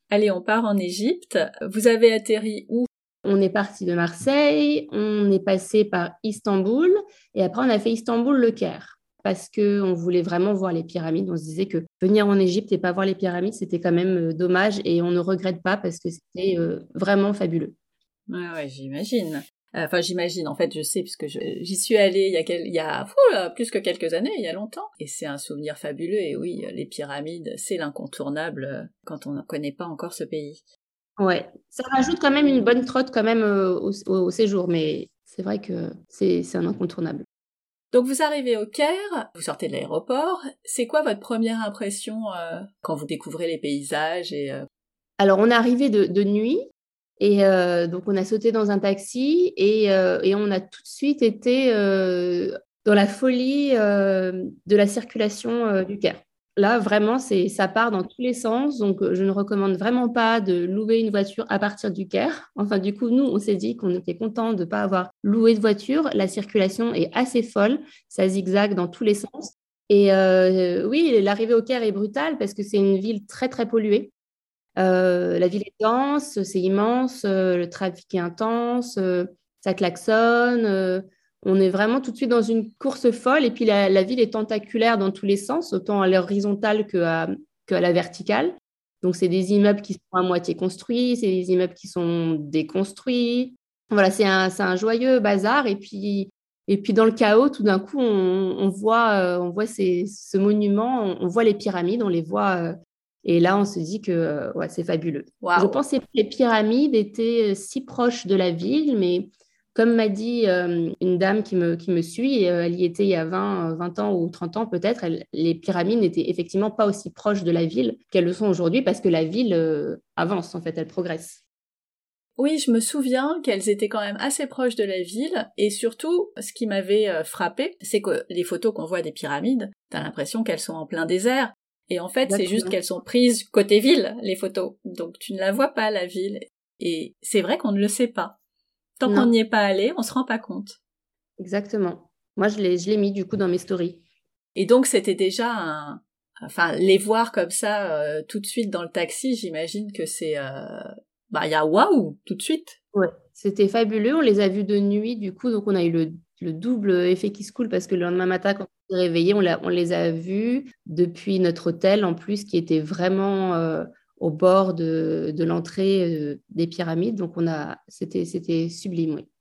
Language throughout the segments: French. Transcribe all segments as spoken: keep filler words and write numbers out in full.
Allez, on part en Égypte. Vous avez atterri où? On est parti de Marseille, on est passé par Istanbul et après on a fait Istanbul-Le Caire parce qu'on voulait vraiment voir les pyramides. On se disait que venir en Égypte et pas voir les pyramides, c'était quand même dommage et on ne regrette pas parce que c'était euh, vraiment fabuleux. Ouais, ouais, j'imagine. Enfin, j'imagine, en fait, je sais, puisque je, j'y suis allée il y a, quel, il y a fou, là, plus que quelques années, il y a longtemps. Et c'est un souvenir fabuleux, et oui, les pyramides, c'est l'incontournable quand on ne connaît pas encore ce pays. Ouais, ça rajoute quand même une bonne trotte quand même euh, au, au, au séjour, mais c'est vrai que c'est, c'est un incontournable. Donc vous arrivez au Caire, vous sortez de l'aéroport, c'est quoi votre première impression euh, quand vous découvrez les paysages et euh... Alors on est arrivé de, de nuit, et euh, donc on a sauté dans un taxi et, euh, et on a tout de suite été euh, dans la folie euh, de la circulation euh, du Caire. Là, vraiment, c'est, ça part dans tous les sens. Donc, je ne recommande vraiment pas de louer une voiture à partir du Caire. Enfin, du coup, nous, on s'est dit qu'on était content de ne pas avoir loué de voiture. La circulation est assez folle. Ça zigzague dans tous les sens. Et euh, oui, l'arrivée au Caire est brutale parce que c'est une ville très, très polluée. Euh, la ville est dense, c'est immense, euh, le trafic est intense, euh, ça klaxonne. Euh, on est vraiment tout de suite dans une course folle. Et puis la, la ville est tentaculaire dans tous les sens, autant à l'horizontale qu'à qu'à la verticale. Donc c'est des immeubles qui sont à moitié construits, c'est des immeubles qui sont déconstruits. Voilà, c'est un, c'est un joyeux bazar. Et puis, et puis dans le chaos, tout d'un coup, on, on voit, euh, on voit ces, ce monument, on, on voit les pyramides, on les voit. Euh, et là, on se dit que euh, ouais, c'est fabuleux. Je Waouh! pensais que les pyramides étaient euh, si proches de la ville, mais comme m'a dit euh, une dame qui me, qui me suit, euh, elle y était il y a vingt, vingt ans ou trente ans peut-être, elle- les pyramides n'étaient effectivement pas aussi proches de la ville qu'elles le sont aujourd'hui parce que la ville euh, avance, en fait, elle progresse. Oui, je me souviens qu'elles étaient quand même assez proches de la ville, et surtout, ce qui m'avait euh, frappé, c'est que les photos qu'on voit des pyramides, t'as l'impression qu'elles sont en plein désert, et en fait, c'est juste Exactement. qu'elles sont prises côté ville, les photos, donc tu ne la vois pas, la ville, et c'est vrai qu'on ne le sait pas. Tant qu'on Non, n'y est pas allé, on se rend pas compte. exactement. Moi, je l'ai, je l'ai mis du coup dans mes stories. Et donc, c'était déjà un... Enfin, les voir comme ça, euh, tout de suite dans le taxi, j'imagine que c'est... Euh... Bah, il y a waouh, tout de suite. Ouais, c'était fabuleux. On les a vus de nuit, du coup, donc on a eu le, le double effet qui se coule parce que le lendemain matin, quand on s'est réveillé, on, l'a- on les a vus depuis notre hôtel, en plus, qui était vraiment euh, au bord de, de l'entrée euh, des pyramides. Donc, on a, c'était, c'était sublime, oui.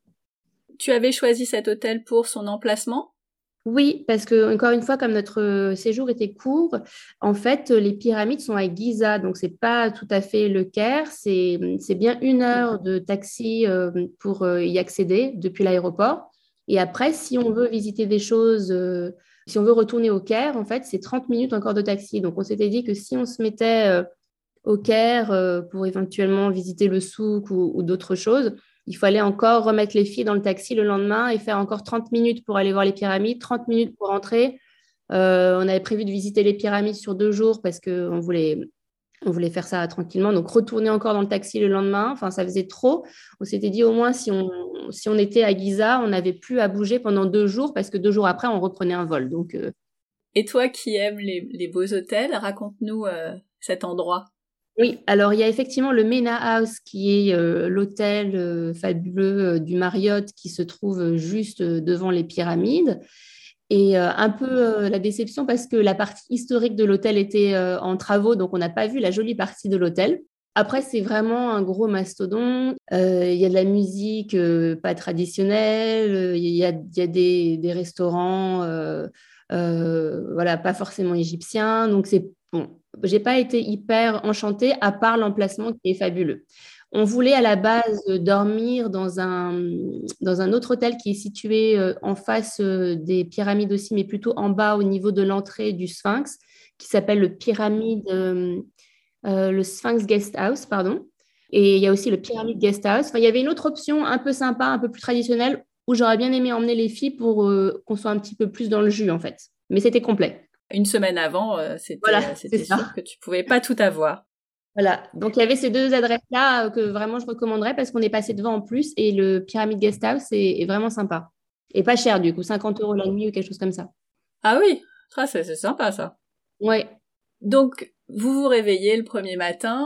Tu avais choisi cet hôtel pour son emplacement? Oui, parce que encore une fois, comme notre séjour était court, en fait, les pyramides sont à Giza, donc c'est pas tout à fait le Caire. C'est c'est bien une heure de taxi euh, pour euh, y accéder depuis l'aéroport. Et après, si on veut visiter des choses, euh, si on veut retourner au Caire, en fait, c'est trente minutes encore de taxi. Donc, on s'était dit que si on se mettait euh, au Caire euh, pour éventuellement visiter le souk ou, ou d'autres choses, il fallait encore remettre les filles dans le taxi le lendemain et faire encore trente minutes pour aller voir les pyramides, trente minutes pour rentrer. Euh, on avait prévu de visiter les pyramides sur deux jours parce qu'on voulait, on voulait faire ça tranquillement. Donc, retourner encore dans le taxi le lendemain, enfin, ça faisait trop. On s'était dit au moins, si on, si on était à Giza, on n'avait plus à bouger pendant deux jours parce que deux jours après, on reprenait un vol. Donc, euh, Et toi qui aimes les, les beaux hôtels, raconte-nous euh, cet endroit. oui, alors il y a effectivement le Mena House qui est euh, l'hôtel euh, fabuleux euh, du Marriott qui se trouve euh, juste euh, devant les pyramides. Et euh, un peu euh, la déception parce que la partie historique de l'hôtel était euh, en travaux, donc on n'a pas vu la jolie partie de l'hôtel. Après, c'est vraiment un gros mastodonte. Euh, Il y a de la musique euh, pas traditionnelle, euh, il y a, il y a des, des restaurants, euh, euh, voilà, pas forcément égyptiens. Donc, c'est bon. J'ai pas été hyper enchantée, à part l'emplacement qui est fabuleux. On voulait à la base euh, dormir dans un, dans un autre hôtel qui est situé euh, en face euh, des pyramides aussi, mais plutôt en bas au niveau de l'entrée du Sphinx, qui s'appelle le pyramide, euh, euh, le Sphinx Guest House, pardon. Et il y a aussi le Pyramid Guest House. Enfin, il y avait une autre option un peu sympa, un peu plus traditionnelle, où j'aurais bien aimé emmener les filles pour euh, qu'on soit un petit peu plus dans le jus, en fait. Mais c'était complet. Une semaine avant, euh, Voilà, c'était, euh, c'est c'était sûr ça. que tu pouvais pas tout avoir. Voilà. Donc, il y avait ces deux adresses-là euh, que vraiment je recommanderais parce qu'on est passé devant en plus et le Pyramid Guest House est, est vraiment sympa. Et pas cher, du coup, cinquante euros la nuit ou quelque chose comme ça. Ah oui, ça c'est, c'est sympa ça. Ouais. Donc, vous vous réveillez le premier matin,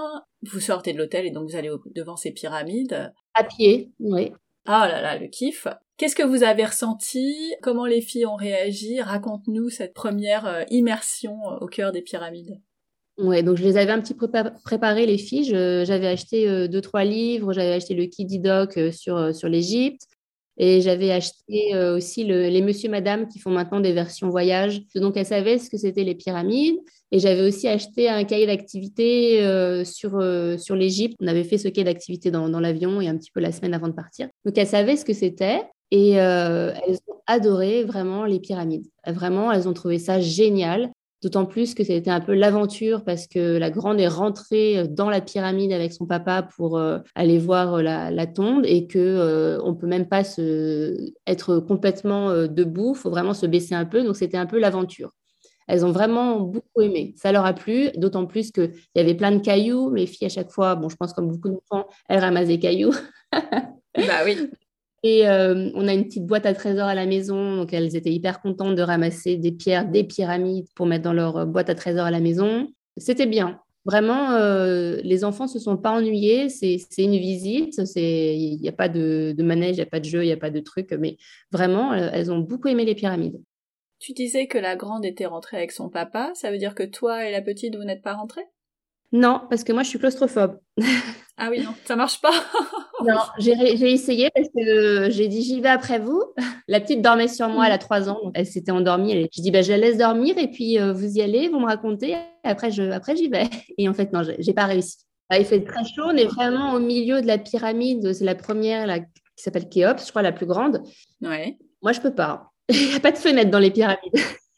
Vous sortez de l'hôtel et donc vous allez au- devant ces pyramides. À pied, oui. Ah là là, le kiff. Qu'est-ce que vous avez ressenti? Comment les filles ont réagi? Raconte-nous cette première euh, immersion euh, au cœur des pyramides. Ouais, donc je les avais un petit peu prépa- préparés, les filles. Je- j'avais acheté euh, deux, trois livres. J'avais acheté le Kiddy Doc euh, sur, euh, sur l'Égypte. Et j'avais acheté euh, aussi le- les Monsieur Madame qui font maintenant des versions voyage. Donc, elles savaient ce que c'était les pyramides. Et j'avais aussi acheté un cahier d'activité euh, sur, euh, sur l'Égypte. On avait fait ce cahier d'activité dans, dans l'avion et un petit peu la semaine avant de partir. Donc, elles savaient ce que c'était. Et euh, elles ont adoré vraiment les pyramides. Vraiment, elles ont trouvé ça génial. D'autant plus que c'était un peu l'aventure parce que la grande est rentrée dans la pyramide avec son papa pour euh, aller voir euh, la, la tombe et que euh, on peut même pas se, être complètement euh, debout, il faut vraiment se baisser un peu. Donc c'était un peu l'aventure. Elles ont vraiment beaucoup aimé. Ça leur a plu, d'autant plus qu'il y avait plein de cailloux. Les filles, à chaque fois, bon, je pense comme beaucoup d'enfants, elles ramassent des cailloux. Bah oui. Et euh, on a une petite boîte à trésors à la maison, donc elles étaient hyper contentes de ramasser des pierres, des pyramides pour mettre dans leur euh, boîte à trésors à la maison. C'était bien. Vraiment, euh, les enfants se sont pas ennuyés. C'est, c'est une visite. C'est, il n'y a pas de, de manège, il n'y a pas de jeu, il n'y a pas de truc. Mais vraiment, euh, elles ont beaucoup aimé les pyramides. Tu disais que la grande était rentrée avec son papa, ça veut dire que toi et la petite, vous n'êtes pas rentrés? Non, parce que moi, je suis claustrophobe. Ah oui, non, ça marche pas. Non, Oui. j'ai ré- j'ai essayé parce que euh, j'ai dit j'y vais après vous. La petite dormait sur moi, elle a Mm. trois ans, donc elle s'était endormie. Elle- J'ai dit bah, je la laisse dormir et puis euh, vous y allez, vous me racontez, et après je, après j'y vais. Et en fait, non, j'ai j'ai pas réussi. Là, il fait très chaud, on est vraiment au milieu de la pyramide. C'est la première là, qui s'appelle Khéops, je crois la plus grande. Ouais. Moi, je peux pas. Il n'y a pas de fenêtre dans les pyramides.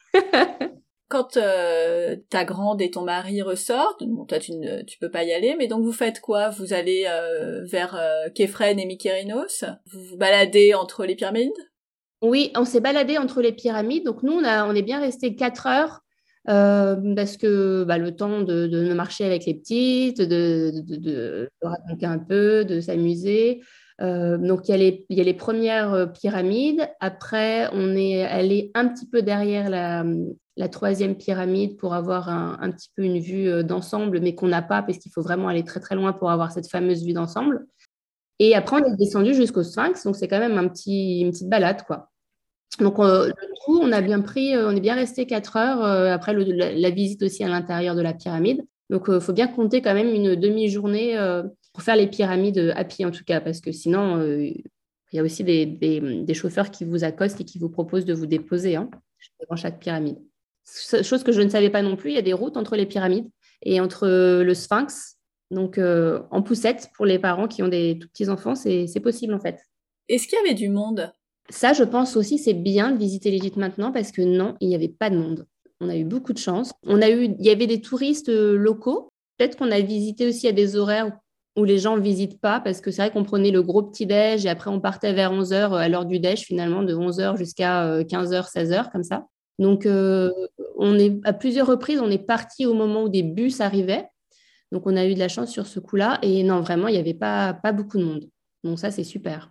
Quand euh, ta grande et ton mari ressortent, bon, toi tu ne tu peux pas y aller, mais donc vous faites quoi? Vous allez euh, vers euh, Képhren et Mykérinos? Vous vous baladez entre les pyramides? Oui, on s'est baladé entre les pyramides. Donc, nous, on, a, on est bien resté quatre heures euh, parce que bah, le temps de, de marcher avec les petites, de, de, de- de raconter un peu, de s'amuser. Euh, donc, il y a les, il y a les premières euh, pyramides. Après, on est allé un petit peu derrière la, la troisième pyramide pour avoir un, un petit peu une vue euh, d'ensemble, mais qu'on n'a pas parce qu'il faut vraiment aller très, très loin pour avoir cette fameuse vue d'ensemble. Et après, on est descendu jusqu'au Sphinx. Donc, c'est quand même un petit, une petite balade, quoi. Donc, euh, le coup, on a bien pris, euh, on est bien resté quatre heures euh, après le- la, la visite aussi à l'intérieur de la pyramide. Donc, il faut bien compter quand même une demi-journée euh, pour faire les pyramides euh, à pied en tout cas, parce que sinon, euh, il y a aussi des, des- des chauffeurs qui vous accostent et qui vous proposent de vous déposer hein, devant chaque pyramide. Ce- Chose que je ne savais pas non plus, il y a des routes entre les pyramides et entre euh, le Sphinx. Donc, euh, en poussette pour les parents qui ont des tout petits enfants, c'est c'est possible en fait. Est-ce qu'il y avait du monde? Ça, je pense aussi, c'est bien de visiter l'Égypte maintenant parce que non, il n'y avait pas de monde. On a eu beaucoup de chance. On a eu, il y avait des touristes euh, locaux. Peut-être qu'on a visité aussi à des horaires où les gens ne visitent pas parce que c'est vrai qu'on prenait le gros petit-déj et après on partait vers onze heures à l'heure du déj finalement, de onze heures jusqu'à euh, quinze heures, seize heures comme ça. Donc, euh, on est, à plusieurs reprises, on est parti au moment où des bus arrivaient. Donc, on a eu de la chance sur ce coup-là. Et non, vraiment, il n'y avait pas, pas beaucoup de monde. Donc, ça, c'est super.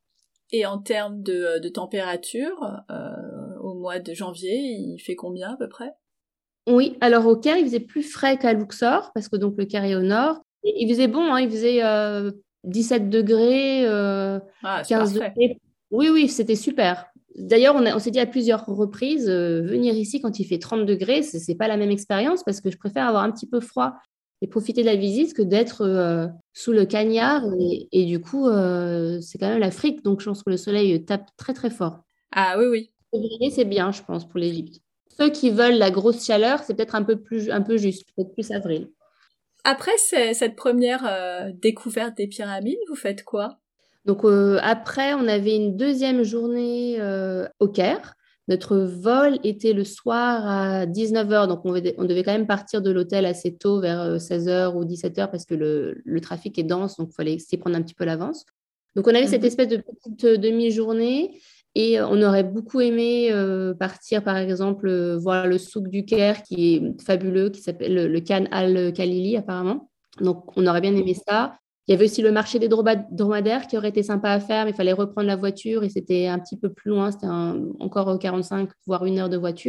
Et en termes de, euh, de température, euh, au mois de janvier, il fait combien à peu près? Oui, alors au Caire, il faisait plus frais qu'à Luxor, parce que donc le Caire est au nord. Et il faisait bon, hein, il faisait euh, dix-sept degrés, euh, Ah, c'est quinze parfait. degrés. Oui, oui, c'était super. D'ailleurs, on, a- on s'est dit à plusieurs reprises, euh, venir ici quand il fait trente degrés, c'est c'est pas la même expérience, parce que je préfère avoir un petit peu froid et profiter de la visite que d'être euh, sous le cagnard. Et, et du coup, euh, c'est quand même l'Afrique, donc je pense que le soleil tape très, très fort. Ah oui, oui. Février, c'est bien, je pense, pour l'Égypte. Ceux qui veulent la grosse chaleur, c'est peut-être un peu plus, un peu juste, peut-être plus avril. Après c'est- cette première euh, découverte des pyramides, vous faites quoi? Donc euh, après, on avait une deuxième journée euh, au Caire. Notre vol était le soir à dix-neuf heures, donc on devait, on devait quand même partir de l'hôtel assez tôt, vers euh, seize heures ou dix-sept heures, parce que le, le trafic est dense, donc il fallait s'y prendre un petit peu l'avance. Donc on avait cette Mhm. espèce de petite euh, demi-journée et euh, on aurait beaucoup aimé euh, partir, par exemple, euh, voir le souk du Caire qui est fabuleux, qui s'appelle le, le Khan al-Khalili apparemment. Donc on aurait bien aimé ça. Il y avait aussi le marché des droba- dromadaires qui aurait été sympa à faire, mais il fallait reprendre la voiture et c'était un petit peu plus loin, c'était un- encore quarante-cinq, voire une heure de voiture.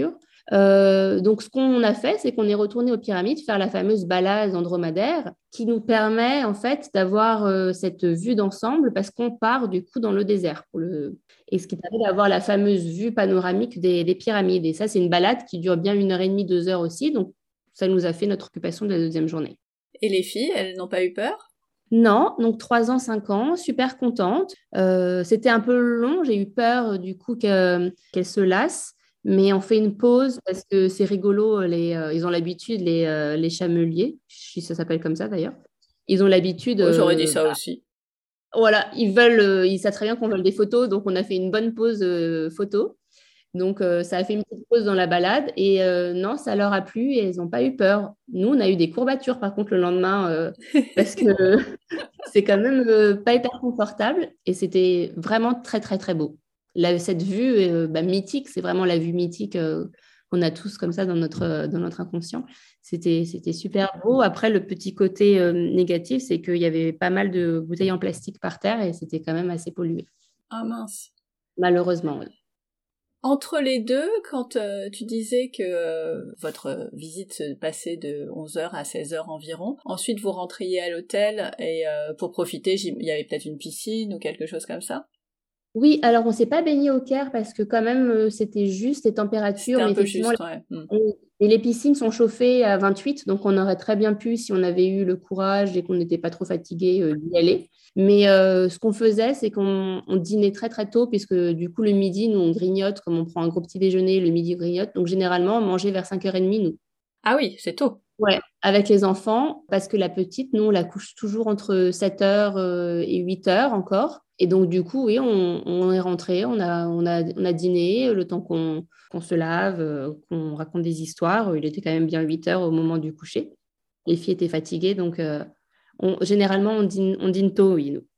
Euh, donc, ce qu'on a fait, c'est qu'on est retourné aux pyramides faire la fameuse balade andromadaire qui nous permet en fait d'avoir euh, cette vue d'ensemble parce qu'on part du coup dans le désert. Pour le... Et ce qui permet d'avoir la fameuse vue panoramique des, des pyramides. Et ça, c'est une balade qui dure bien une heure et demie, deux heures aussi. Donc, ça nous a fait notre occupation de la deuxième journée. Et les filles, elles n'ont pas eu peur? Non, donc trois ans, cinq ans, super contente. Euh, c'était un peu long, j'ai eu peur euh, du coup que- qu'elle se lasse, mais on fait une pause parce que c'est rigolo, les, euh, ils ont l'habitude, les, euh, les chameliers, si ça s'appelle comme ça d'ailleurs, ils ont l'habitude, Oh, j'aurais dit euh, ça aussi. voilà, ils veulent, euh, ils savent très bien qu'on veut des photos, donc on a fait une bonne pause euh, photo. Donc, euh, ça a fait une petite pause dans la balade et euh, non, ça leur a plu et elles n'ont pas eu peur. Nous, on a eu des courbatures par contre le lendemain euh, parce que c'est quand même euh, pas hyper confortable et c'était vraiment très, très, très beau. Là, cette vue euh, bah, mythique, c'est vraiment la vue mythique euh, qu'on a tous comme ça dans notre, euh, dans notre inconscient. C'était, c'était super beau. Après, le petit côté euh, négatif, c'est qu'il y avait pas mal de bouteilles en plastique par terre et c'était quand même assez pollué. Ah mince. Malheureusement, oui. Entre les deux, quand euh, tu disais que euh, votre visite se passait de onze heures à seize heures environ, ensuite vous rentriez à l'hôtel et euh, pour profiter, j'im- il y avait peut-être une piscine ou quelque chose comme ça? Oui, alors on ne s'est pas baigné au Caire parce que quand même euh, c'était juste les C'était températures, un mais peu effectivement juste, ouais. Hmm. on- et les piscines sont chauffées à vingt-huit, donc on aurait très bien pu, si on avait eu le courage et qu'on n'était pas trop fatigué, euh, d'y aller. Mais euh, ce qu'on faisait, c'est qu'on on dînait très très tôt, puisque du coup le midi, nous on grignote, comme on prend un gros petit déjeuner, le midi on grignote. Donc généralement, on mangeait vers cinq heures trente, nous. Ah oui, c'est tôt. Ouais, avec les enfants, parce que la petite, nous, on la couche toujours entre sept heures euh, et huit heures encore. Et donc, du coup, oui, on, on est rentré, on a, on a, on a dîné, le temps qu'on qu'on se lave, euh, qu'on raconte des histoires. Il était quand même bien huit heures au moment du coucher. Les filles étaient fatiguées, donc euh, on- généralement, on dîne, on dîne tôt, oui, nous.